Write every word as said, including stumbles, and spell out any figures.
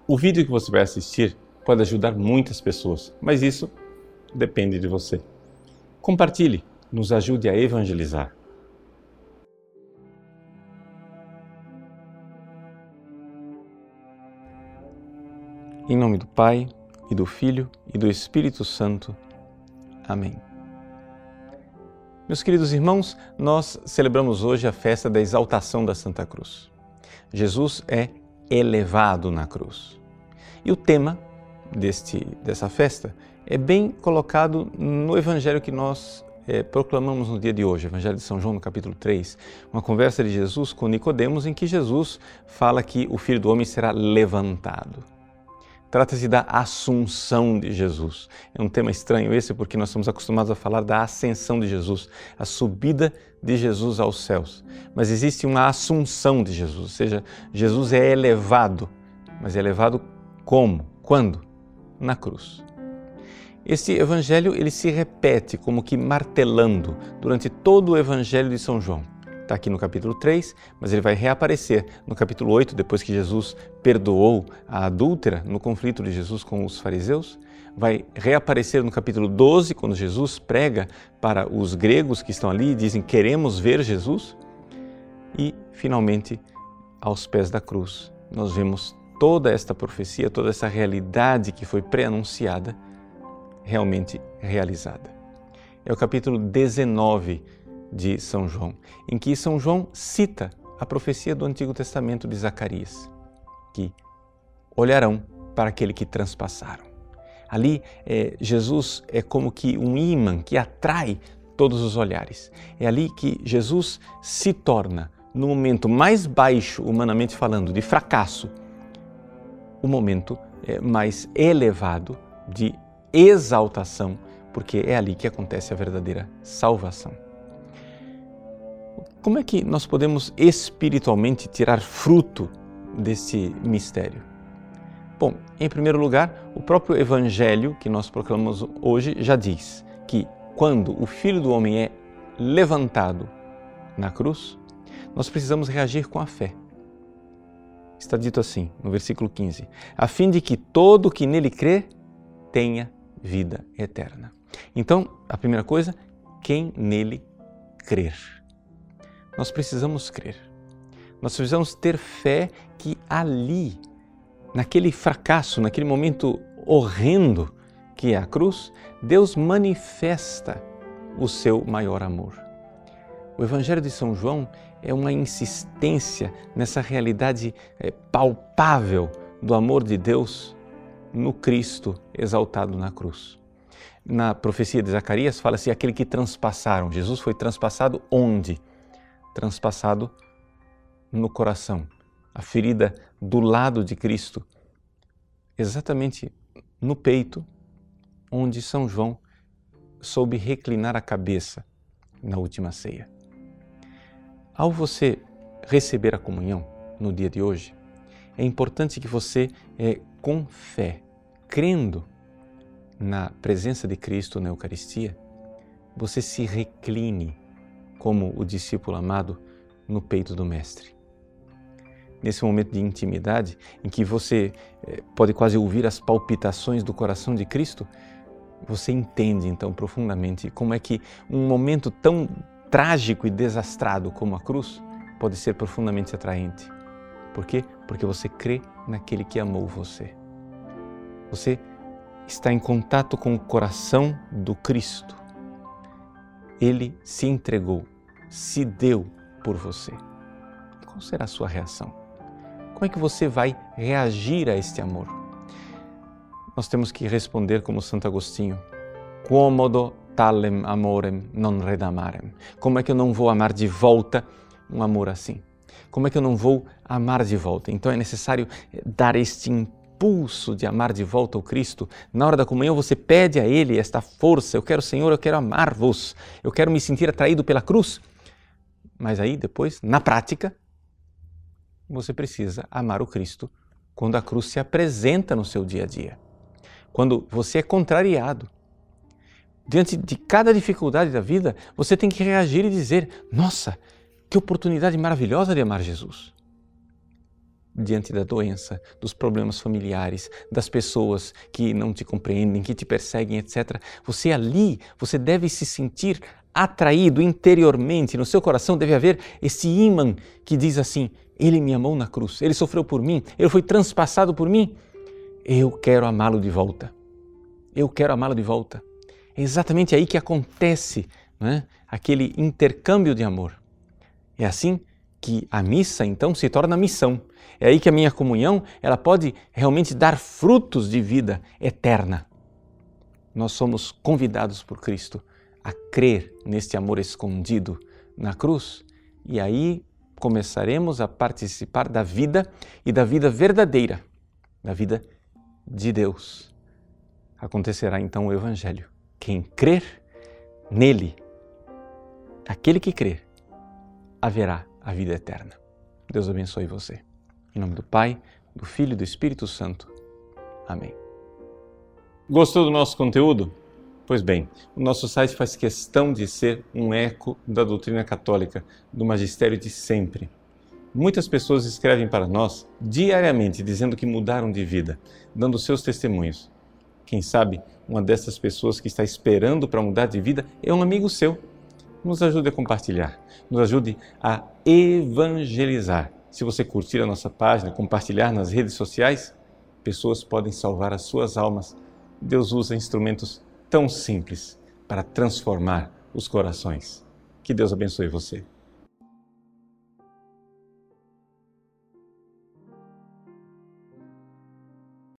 O vídeo que você vai assistir pode ajudar muitas pessoas, mas isso depende de você. Compartilhe, nos ajude a evangelizar. Em nome do Pai, e do Filho, e do Espírito Santo. Amém. Meus queridos irmãos, nós celebramos hoje a festa da exaltação da Santa Cruz. Jesus é elevado na cruz. E o tema deste, dessa festa é bem colocado no Evangelho que nós é, proclamamos no dia de hoje, Evangelho de São João, no capítulo três, uma conversa de Jesus com Nicodemos, em que Jesus fala que o Filho do Homem será levantado. Trata-se da assunção de Jesus. É um tema estranho esse porque nós estamos acostumados a falar da ascensão de Jesus, a subida de Jesus aos céus. Mas existe uma assunção de Jesus, ou seja, Jesus é elevado. Mas é elevado como? Quando? Na cruz. Este evangelho ele se repete como que martelando durante todo o evangelho de São João. Está aqui no capítulo três, mas ele vai reaparecer no capítulo oito, depois que Jesus perdoou a adúltera no conflito de Jesus com os fariseus. Vai reaparecer no capítulo doze, quando Jesus prega para os gregos que estão ali e dizem queremos ver Jesus. E, finalmente, aos pés da cruz, nós vemos toda esta profecia, toda essa realidade que foi pré-anunciada, realmente realizada. É o capítulo dezenove de São João, em que São João cita a profecia do Antigo Testamento de Zacarias, que olharão para aquele que transpassaram. Ali, é, Jesus é como que um ímã que atrai todos os olhares. É ali que Jesus se torna, no momento mais baixo, humanamente falando, de fracasso, o momento é, mais elevado de exaltação, porque é ali que acontece a verdadeira salvação. Como é que nós podemos espiritualmente tirar fruto desse mistério? Bom, em primeiro lugar, o próprio Evangelho que nós proclamamos hoje já diz que quando o Filho do Homem é levantado na cruz, nós precisamos reagir com a fé. Está dito assim, no versículo quinze, a fim de que todo que nele crê tenha vida eterna. Então, a primeira coisa, quem nele crer. Nós precisamos crer. Nós precisamos ter fé que ali, naquele fracasso, naquele momento horrendo que é a cruz, Deus manifesta o seu maior amor. O Evangelho de São João é uma insistência nessa realidade palpável do amor de Deus no Cristo exaltado na cruz. Na profecia de Zacarias fala-se aquele que transpassaram. Jesus foi transpassado onde? Transpassado no coração, a ferida do lado de Cristo, exatamente no peito, onde São João soube reclinar a cabeça na última ceia. Ao você receber a comunhão no dia de hoje, é importante que você, é, com fé, crendo na presença de Cristo na Eucaristia, você se recline como o discípulo amado no peito do Mestre. Nesse momento de intimidade, em que você eh, pode quase ouvir as palpitações do coração de Cristo, você entende então profundamente como é que um momento tão trágico e desastrado como a cruz pode ser profundamente atraente. Por quê? Porque você crê naquele que amou você. Você está em contato com o coração do Cristo. Ele se entregou, se deu por você. Qual será a sua reação? Como é que você vai reagir a este amor? Nós temos que responder como Santo Agostinho: Quomodo talem amorem non redamarem. Como é que eu não vou amar de volta um amor assim? Como é que eu não vou amar de volta? Então é necessário dar este impulso de amar de volta o Cristo. Na hora da comunhão você pede a Ele esta força: eu quero, Senhor, eu quero amar-vos, eu quero me sentir atraído pela cruz. Mas aí depois, na prática, você precisa amar o Cristo quando a cruz se apresenta no seu dia a dia. Quando você é contrariado. Diante de cada dificuldade da vida, você tem que reagir e dizer: nossa, que oportunidade maravilhosa de amar Jesus. diante da doença, dos problemas familiares, das pessoas que não te compreendem, que te perseguem, etcétera. Você ali, você deve se sentir atraído interiormente, no seu coração deve haver esse ímã que diz assim: Ele me amou na cruz, Ele sofreu por mim, Ele foi transpassado por mim, eu quero amá-lo de volta, eu quero amá-lo de volta. É exatamente aí que acontece, não é? Aquele intercâmbio de amor. É assim que a missa então se torna missão. É aí que a minha comunhão ela pode realmente dar frutos de vida eterna. Nós somos convidados por Cristo a crer neste amor escondido na cruz e aí começaremos a participar da vida e da vida verdadeira, da vida de Deus. Acontecerá então o Evangelho. Quem crer nele, aquele que crer, haverá a vida eterna. Deus abençoe você. Em nome do Pai, do Filho e do Espírito Santo. Amém. Gostou do nosso conteúdo? Pois bem, o nosso site faz questão de ser um eco da doutrina católica, do magistério de sempre. Muitas pessoas escrevem para nós diariamente dizendo que mudaram de vida, dando seus testemunhos. Quem sabe uma dessas pessoas que está esperando para mudar de vida é um amigo seu. Nos ajude a compartilhar, nos ajude a evangelizar. Se você curtir a nossa página, compartilhar nas redes sociais, pessoas podem salvar as suas almas. Deus usa instrumentos tão simples para transformar os corações. Que Deus abençoe você.